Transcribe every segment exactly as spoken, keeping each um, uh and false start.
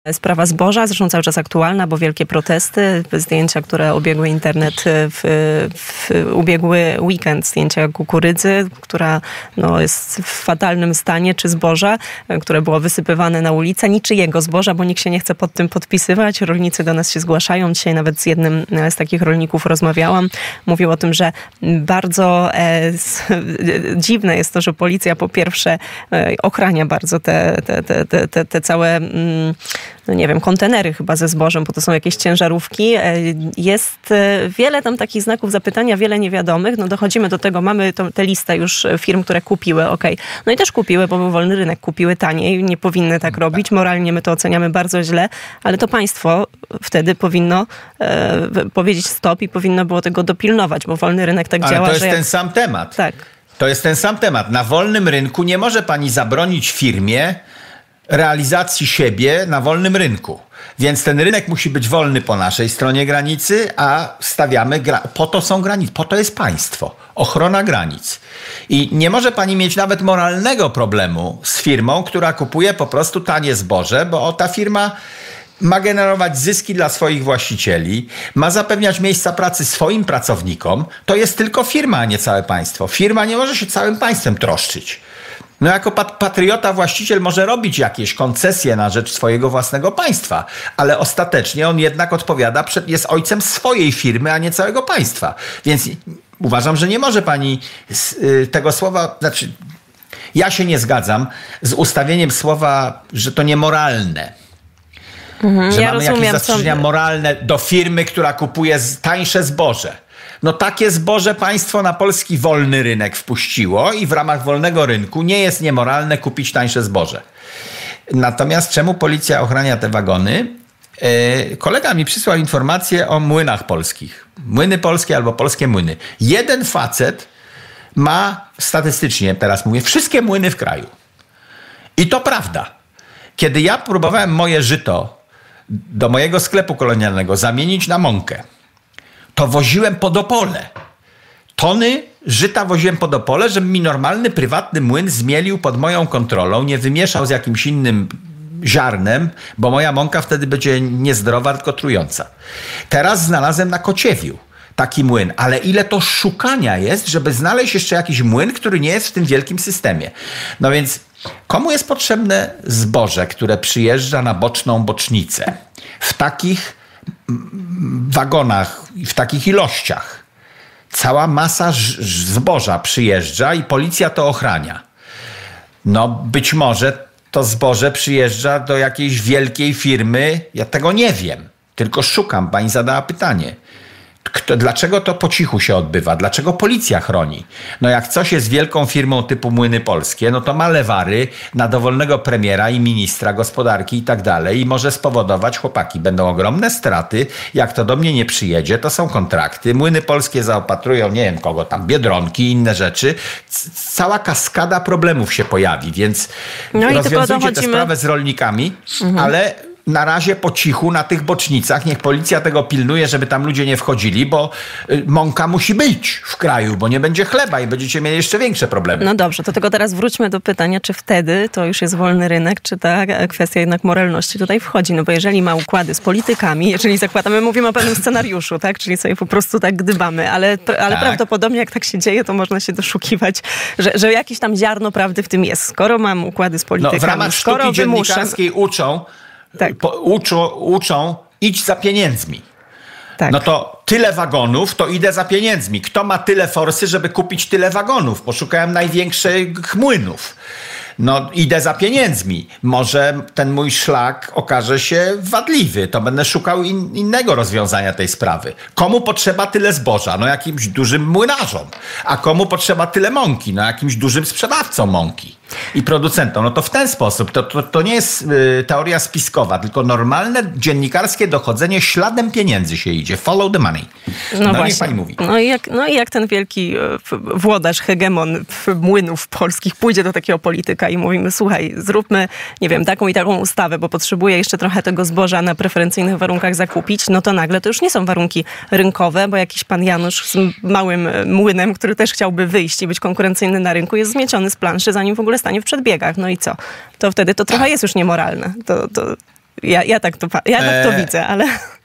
Sprawa zboża, zresztą cały czas aktualna, bo wielkie protesty, zdjęcia, które obiegły internet w, w ubiegły weekend, zdjęcia kukurydzy, która no, jest w fatalnym stanie, czy zboża, które było wysypywane na ulicę, niczyjego zboża, bo nikt się nie chce pod tym podpisywać. Rolnicy do nas się zgłaszają. Dzisiaj nawet z jednym z takich rolników rozmawiałam. Mówił o tym, że bardzo e, dziwne jest to, że policja po pierwsze e, ochrania bardzo te, te, te, te, te, te całe mm, no nie wiem, kontenery chyba ze zbożem, bo to są jakieś ciężarówki. Jest wiele tam takich znaków zapytania, wiele niewiadomych. No dochodzimy do tego, mamy to, tę listę już firm, które kupiły, okej. Okay. No i też kupiły, bo był wolny rynek, kupiły taniej, nie powinny tak robić. Moralnie my to oceniamy bardzo źle, ale to państwo wtedy powinno e, powiedzieć stop i powinno było tego dopilnować, bo wolny rynek tak ale działa, to jest że jak... ten sam temat. Tak. To jest ten sam temat. Na wolnym rynku nie może pani zabronić firmie realizacji siebie na wolnym rynku. Więc ten rynek musi być wolny po naszej stronie granicy, a stawiamy... Gra- po to są granice, po to jest państwo. Ochrona granic. I nie może pani mieć nawet moralnego problemu z firmą, która kupuje po prostu tanie zboże, bo ta firma ma generować zyski dla swoich właścicieli, ma zapewniać miejsca pracy swoim pracownikom. To jest tylko firma, a nie całe państwo. Firma nie może się całym państwem troszczyć. No jako pat- patriota właściciel może robić jakieś koncesje na rzecz swojego własnego państwa, ale ostatecznie on jednak odpowiada, przed, jest ojcem swojej firmy, a nie całego państwa. Więc uważam, że nie może pani z, y, tego słowa, znaczy ja się nie zgadzam z ustawieniem słowa, że to niemoralne. Mhm, że ja mamy rozumiem, jakieś zastrzeżenia co... moralne do firmy, która kupuje tańsze zboże. No takie zboże państwo na polski wolny rynek wpuściło i w ramach wolnego rynku nie jest niemoralne kupić tańsze zboże. Natomiast czemu policja ochrania te wagony? Yy, kolega mi przysłał informację o młynach polskich. Młyny polskie albo polskie młyny. Jeden facet ma statystycznie, teraz mówię, wszystkie młyny w kraju. I to prawda. Kiedy ja próbowałem moje żyto do mojego sklepu kolonialnego zamienić na mąkę, to woziłem pod Opole. Tony żyta woziłem pod Opole, żeby mi normalny, prywatny młyn zmielił pod moją kontrolą, nie wymieszał z jakimś innym ziarnem, bo moja mąka wtedy będzie niezdrowa, tylko trująca. Teraz znalazłem na Kociewiu taki młyn, ale ile to szukania jest, żeby znaleźć jeszcze jakiś młyn, który nie jest w tym wielkim systemie. No więc komu jest potrzebne zboże, które przyjeżdża na boczną bocznicę w takich wagonach i w takich ilościach? Cała masa zboża przyjeżdża i policja to ochrania. No być może to zboże przyjeżdża do jakiejś wielkiej firmy, ja tego nie wiem, tylko szukam. Pani zadała pytanie. Kto, dlaczego to po cichu się odbywa? Dlaczego policja chroni? No jak coś jest wielką firmą typu Młyny Polskie, no to ma lewary na dowolnego premiera i ministra gospodarki i tak dalej i może spowodować, chłopaki, będą ogromne straty, jak to do mnie nie przyjedzie, to są kontrakty, Młyny Polskie zaopatrują, nie wiem kogo tam, Biedronki i inne rzeczy. C- cała kaskada problemów się pojawi, więc no rozwiązujcie dochodzimy... tę sprawę z rolnikami, mhm. ale... na razie po cichu na tych bocznicach. Niech policja tego pilnuje, żeby tam ludzie nie wchodzili, bo mąka musi być w kraju, bo nie będzie chleba i będziecie mieli jeszcze większe problemy. No dobrze, to tylko teraz wróćmy do pytania, czy wtedy to już jest wolny rynek, czy ta kwestia jednak moralności tutaj wchodzi. No bo jeżeli ma układy z politykami, jeżeli zakładamy, mówimy o pewnym scenariuszu, tak? Czyli sobie po prostu tak gdybamy, ale, ale tak. prawdopodobnie jak tak się dzieje, to można się doszukiwać, że, że jakieś tam ziarno prawdy w tym jest. Skoro mam układy z politykami, no, w ramach skoro sztuki wymuszam... dziennikarskiej uczą, Tak. Po, uczą, uczą idź za pieniędzmi. Tak. No to tyle wagonów, to idę za pieniędzmi. Kto ma tyle forsy, żeby kupić tyle wagonów? Poszukałem największych młynów. No idę za pieniędzmi. Może ten mój szlak okaże się wadliwy. To będę szukał in, innego rozwiązania tej sprawy. Komu potrzeba tyle zboża? No jakimś dużym młynarzom. A komu potrzeba tyle mąki? No jakimś dużym sprzedawcom mąki i producentom. No to w ten sposób. To, to, to nie jest y, teoria spiskowa, tylko normalne dziennikarskie dochodzenie śladem pieniędzy się idzie. Follow the money. No, no właśnie. niech pani mówi. No i, jak, no i jak ten wielki włodarz, hegemon młynów polskich pójdzie do takiego polityka i mówimy, słuchaj, zróbmy, nie wiem, taką i taką ustawę, bo potrzebuję jeszcze trochę tego zboża na preferencyjnych warunkach zakupić, no to nagle to już nie są warunki rynkowe, bo jakiś pan Janusz z małym młynem, który też chciałby wyjść i być konkurencyjny na rynku, jest zmieciony z planszy, zanim w ogóle stanie w przedbiegach. No i co? To wtedy to trochę jest już niemoralne. To, to Ja, ja tak to, ja tak to e... widzę, ale...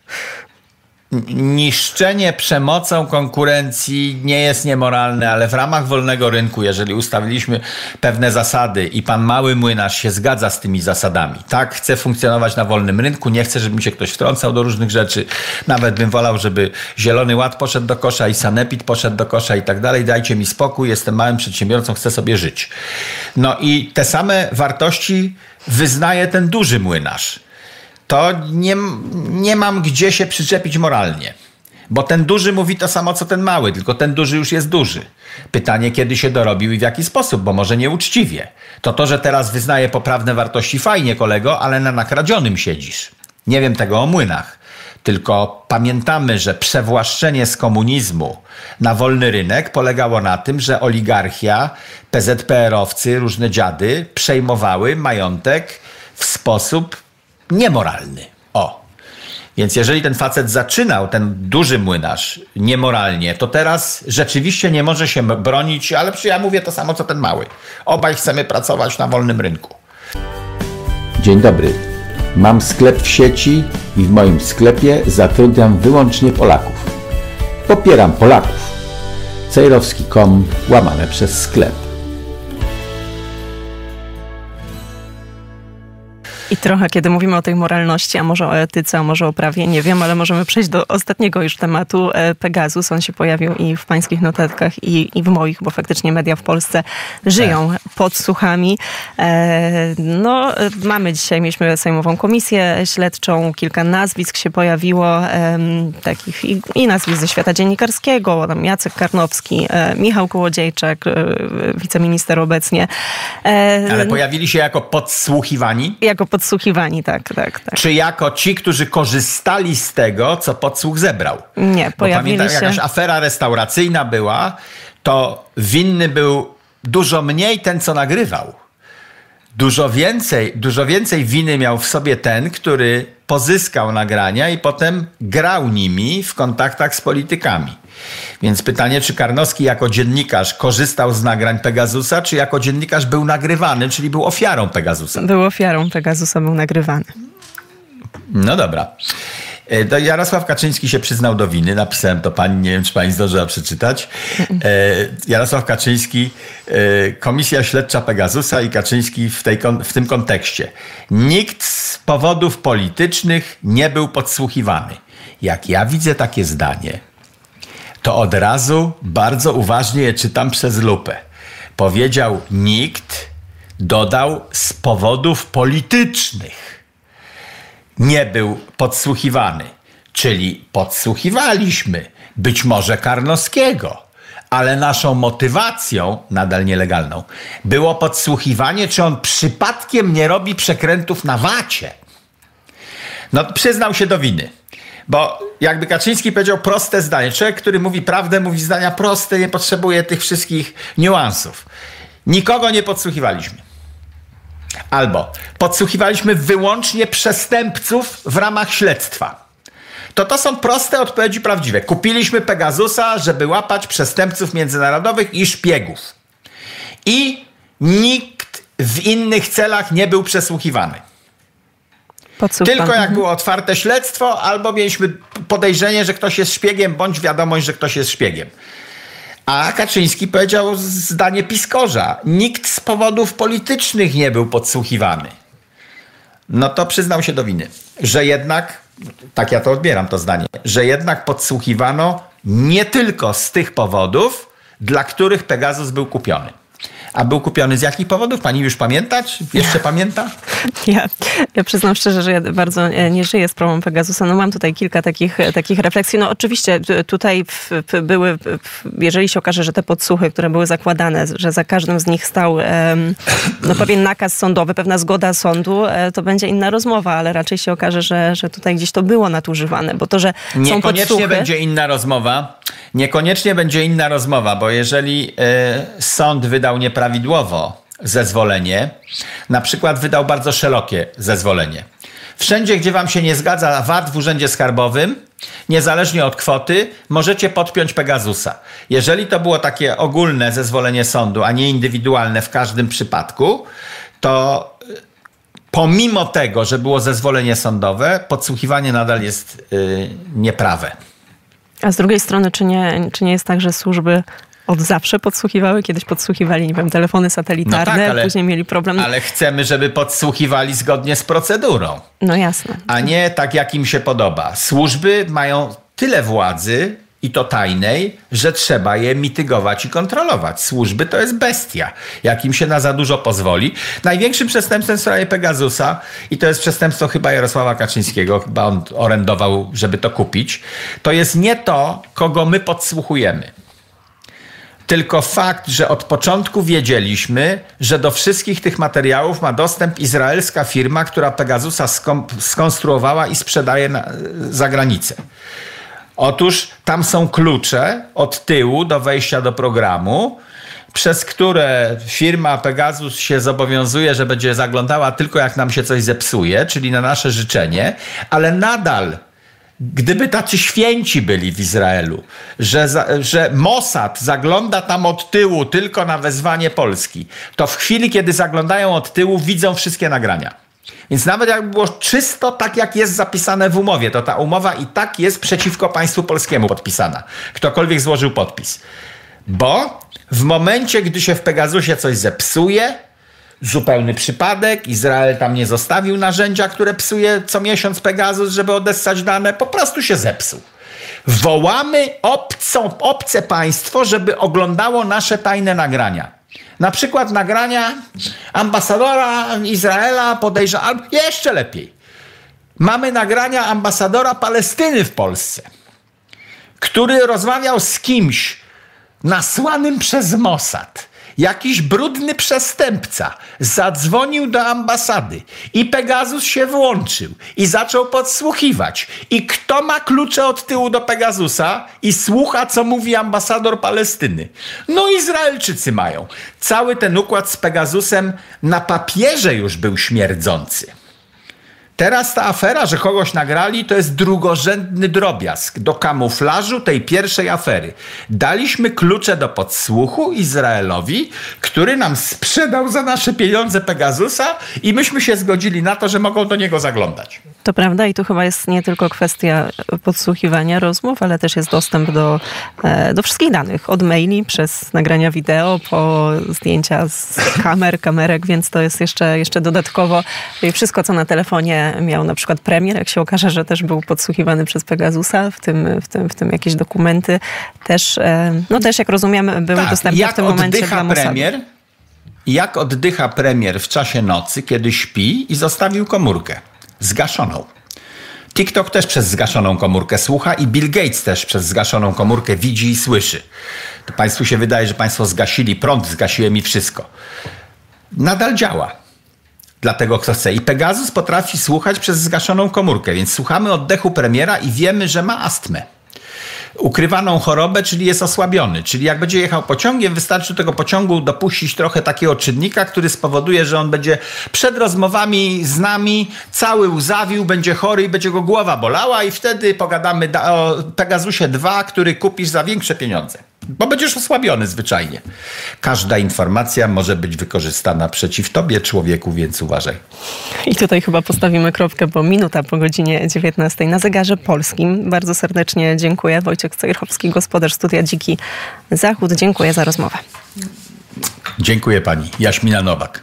Niszczenie przemocą konkurencji nie jest niemoralne, ale w ramach wolnego rynku, jeżeli ustawiliśmy pewne zasady i pan mały młynarz się zgadza z tymi zasadami, tak, chce funkcjonować na wolnym rynku, nie chce, żeby mi się ktoś wtrącał do różnych rzeczy, nawet bym wolał, żeby Zielony Ład poszedł do kosza i Sanepid poszedł do kosza i tak dalej, dajcie mi spokój, jestem małym przedsiębiorcą, chcę sobie żyć. No i te same wartości wyznaje ten duży młynarz. To nie, nie mam gdzie się przyczepić moralnie. Bo ten duży mówi to samo, co ten mały, tylko ten duży już jest duży. Pytanie, kiedy się dorobił i w jaki sposób, bo może nieuczciwie. To to, że teraz wyznaje poprawne wartości, fajnie kolego, ale na nakradzionym siedzisz. Nie wiem tego o młynach. Tylko pamiętamy, że przewłaszczenie z komunizmu na wolny rynek polegało na tym, że oligarchia, P Z P R-owcy, różne dziady przejmowały majątek w sposób niemoralny. O. Więc jeżeli ten facet zaczynał, ten duży młynarz, niemoralnie, to teraz rzeczywiście nie może się bronić, ale ja mówię to samo, co ten mały. Obaj chcemy pracować na wolnym rynku. Dzień dobry. Mam sklep w sieci i w moim sklepie zatrudniam wyłącznie Polaków. Popieram Polaków. cejrowski kropka com łamane przez sklep. I trochę, kiedy mówimy o tej moralności, a może o etyce, a może o prawie, nie wiem, ale możemy przejść do ostatniego już tematu. Pegasus, on się pojawił i w pańskich notatkach, i, i w moich, bo faktycznie media w Polsce żyją tak. podsłuchami. No, mamy dzisiaj, mieliśmy Sejmową Komisję Śledczą, kilka nazwisk się pojawiło, takich i, i nazwisk ze świata dziennikarskiego, tam Jacek Karnowski, Michał Kołodziejczak, wiceminister obecnie. Ale pojawili się jako podsłuchiwani? Jako podsłuchiwani, tak, tak, tak. Czy jako ci, którzy korzystali z tego, co podsłuch zebrał? Nie, pojawili Bo pamiętam, się... jakaś afera restauracyjna była, to winny był dużo mniej ten, co nagrywał. Dużo więcej, dużo więcej winy miał w sobie ten, który pozyskał nagrania i potem grał nimi w kontaktach z politykami. Więc pytanie, czy Karnowski jako dziennikarz korzystał z nagrań Pegasusa, czy jako dziennikarz był nagrywany, czyli był ofiarą Pegasusa? Był ofiarą Pegasusa, był nagrywany. No dobra. To Jarosław Kaczyński się przyznał do winy. Napisałem to pani, nie wiem, czy pani zdążyła przeczytać. Jarosław Kaczyński, Komisja Śledcza Pegasusa i Kaczyński w, tej, w tym kontekście. Nikt z powodów politycznych nie był podsłuchiwany. Jak ja widzę takie zdanie, to od razu bardzo uważnie je czytam przez lupę. Powiedział nikt, dodał z powodów politycznych nie był podsłuchiwany. Czyli podsłuchiwaliśmy, być może Karnowskiego, ale naszą motywacją, nadal nielegalną, było podsłuchiwanie, czy on przypadkiem nie robi przekrętów na wacie. No, przyznał się do winy. Bo jakby Kaczyński powiedział proste zdanie. Człowiek, który mówi prawdę, mówi zdania proste, nie potrzebuje tych wszystkich niuansów. Nikogo nie podsłuchiwaliśmy. Albo podsłuchiwaliśmy wyłącznie przestępców w ramach śledztwa. To to są proste odpowiedzi prawdziwe. Kupiliśmy Pegasusa, żeby łapać przestępców międzynarodowych i szpiegów. I nikt w innych celach nie był przesłuchiwany. Tylko jak było otwarte śledztwo, albo mieliśmy podejrzenie, że ktoś jest szpiegiem, bądź wiadomość, że ktoś jest szpiegiem. A Kaczyński powiedział zdanie piskorza. Nikt z powodów politycznych nie był podsłuchiwany. No to przyznał się do winy. Że jednak, tak ja to odbieram to zdanie, że jednak podsłuchiwano nie tylko z tych powodów, dla których Pegasus był kupiony. A był kupiony z jakich powodów? Pani już pamięta? Czy jeszcze pamięta? Ja, ja przyznam szczerze, że ja bardzo nie żyję sprawą Pegasusa. No mam tutaj kilka takich, takich refleksji. No oczywiście tutaj w, w, były, w, jeżeli się okaże, że te podsłuchy, które były zakładane, że za każdym z nich stał um, no pewien nakaz sądowy, pewna zgoda sądu, to będzie inna rozmowa, ale raczej się okaże, że, że tutaj gdzieś to było nadużywane, bo to, że są podsłuchy... Niekoniecznie będzie inna rozmowa. Niekoniecznie będzie inna rozmowa, bo jeżeli y, sąd wydał nieprawidłowo zezwolenie, na przykład wydał bardzo szerokie zezwolenie. Wszędzie, gdzie wam się nie zgadza V A T w Urzędzie Skarbowym, niezależnie od kwoty, możecie podpiąć Pegasusa. Jeżeli to było takie ogólne zezwolenie sądu, a nie indywidualne w każdym przypadku, to pomimo tego, że było zezwolenie sądowe, podsłuchiwanie nadal jest yy, nieprawe. A z drugiej strony, czy nie, czy nie jest tak, że służby od zawsze podsłuchiwały? Kiedyś podsłuchiwali, nie wiem, telefony satelitarne, no tak, ale, później mieli problem. Ale chcemy, żeby podsłuchiwali zgodnie z procedurą. No jasne. A nie tak, jak im się podoba. Służby mają tyle władzy, i to tajnej, że trzeba je mitygować i kontrolować. Służby to jest bestia. Jak im się na za dużo pozwoli. Największym przestępstwem w sprawie Pegasusa, i to jest przestępstwo chyba Jarosława Kaczyńskiego, chyba on orędował, żeby to kupić, to jest nie to, kogo my podsłuchujemy. Tylko fakt, że od początku wiedzieliśmy, że do wszystkich tych materiałów ma dostęp izraelska firma, która Pegasusa skom- skonstruowała i sprzedaje na, za granicę. Otóż tam są klucze od tyłu do wejścia do programu, przez które firma Pegasus się zobowiązuje, że będzie zaglądała tylko jak nam się coś zepsuje, czyli na nasze życzenie, ale nadal, gdyby tacy święci byli w Izraelu, że, za, że Mossad zagląda tam od tyłu tylko na wezwanie Polski, to w chwili, kiedy zaglądają od tyłu, widzą wszystkie nagrania. Więc nawet jakby było czysto tak, jak jest zapisane w umowie, to ta umowa i tak jest przeciwko państwu polskiemu podpisana. Ktokolwiek złożył podpis. Bo w momencie, gdy się w Pegasusie coś zepsuje, zupełny przypadek, Izrael tam nie zostawił narzędzia, które psuje co miesiąc Pegasus, żeby odessać dane, po prostu się zepsuł. Wołamy obcą, obce państwo, żeby oglądało nasze tajne nagrania. Na przykład nagrania ambasadora Izraela podejrzanego, jeszcze lepiej. Mamy nagrania ambasadora Palestyny w Polsce, który rozmawiał z kimś nasłanym przez Mossad. Jakiś brudny przestępca zadzwonił do ambasady i Pegasus się włączył i zaczął podsłuchiwać. I kto ma klucze od tyłu do Pegasusa i słucha, co mówi ambasador Palestyny? No Izraelczycy mają. Cały ten układ z Pegasusem na papierze już był śmierdzący. Teraz ta afera, że kogoś nagrali, to jest drugorzędny drobiazg do kamuflażu tej pierwszej afery. Daliśmy klucze do podsłuchu Izraelowi, który nam sprzedał za nasze pieniądze Pegasusa i myśmy się zgodzili na to, że mogą do niego zaglądać. To prawda i tu chyba jest nie tylko kwestia podsłuchiwania rozmów, ale też jest dostęp do, do wszystkich danych. Od maili, przez nagrania wideo, po zdjęcia z kamer, kamerek, więc to jest jeszcze, jeszcze dodatkowo wszystko, co na telefonie miał na przykład premier, jak się okaże, że też był podsłuchiwany przez Pegasusa, w tym, w tym, w tym jakieś dokumenty też, no też jak rozumiem, były tak, dostępne w tym momencie oddycha dla premier, jak oddycha premier w czasie nocy, kiedy śpi i zostawił komórkę zgaszoną. TikTok też przez zgaszoną komórkę słucha i Bill Gates też przez zgaszoną komórkę widzi i słyszy. To państwu się wydaje, że państwo zgasili prąd, zgasiłem i wszystko. Nadal działa. Dlatego kto chce. I Pegasus potrafi słuchać przez zgaszoną komórkę, więc słuchamy oddechu premiera i wiemy, że ma astmę. Ukrywaną chorobę, czyli jest osłabiony. Czyli jak będzie jechał pociągiem, wystarczy do tego pociągu dopuścić trochę takiego czynnika, który spowoduje, że on będzie przed rozmowami z nami cały łzawił, będzie chory i będzie go głowa bolała i wtedy pogadamy o Pegasusie dwa, który kupisz za większe pieniądze. Bo będziesz osłabiony zwyczajnie. Każda informacja może być wykorzystana przeciw tobie, człowieku, więc uważaj. I tutaj chyba postawimy kropkę, bo minuta po godzinie dziewiętnastej na zegarze polskim. Bardzo serdecznie dziękuję. Wojciech Cejrowski, gospodarz Studia Dziki Zachód. Dziękuję za rozmowę. Dziękuję pani. Jaśmina Nowak.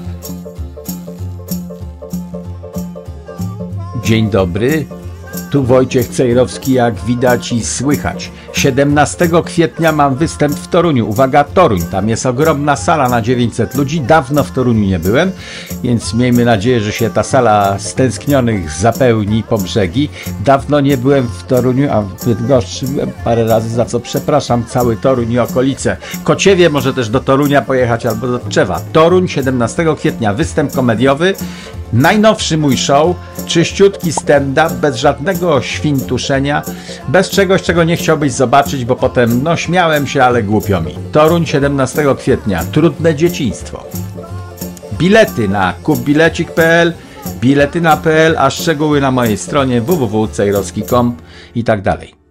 Dzień dobry. Tu Wojciech Cejrowski, jak widać i słychać. siedemnastego kwietnia mam występ w Toruniu. Uwaga, Toruń. Tam jest ogromna sala na dziewięćset ludzi. Dawno w Toruniu nie byłem, więc miejmy nadzieję, że się ta sala stęsknionych zapełni po brzegi. Dawno nie byłem w Toruniu, a w Bydgoszczy byłem parę razy, za co przepraszam cały Toruń i okolice. Kociewie może też do Torunia pojechać albo do Tczewa. Toruń, siedemnastego kwietnia, występ komediowy. Najnowszy mój show, czyściutki stand-up, bez żadnego świntuszenia, bez czegoś, czego nie chciałbyś zobaczyć, bo potem, no śmiałem się, ale głupio mi. Toruń, siedemnastego kwietnia, trudne dzieciństwo. Bilety na kupbilecik kropka p l, biletyna kropka p l, a szczegóły na mojej stronie w w w kropka cejrowski kropka com i tak dalej.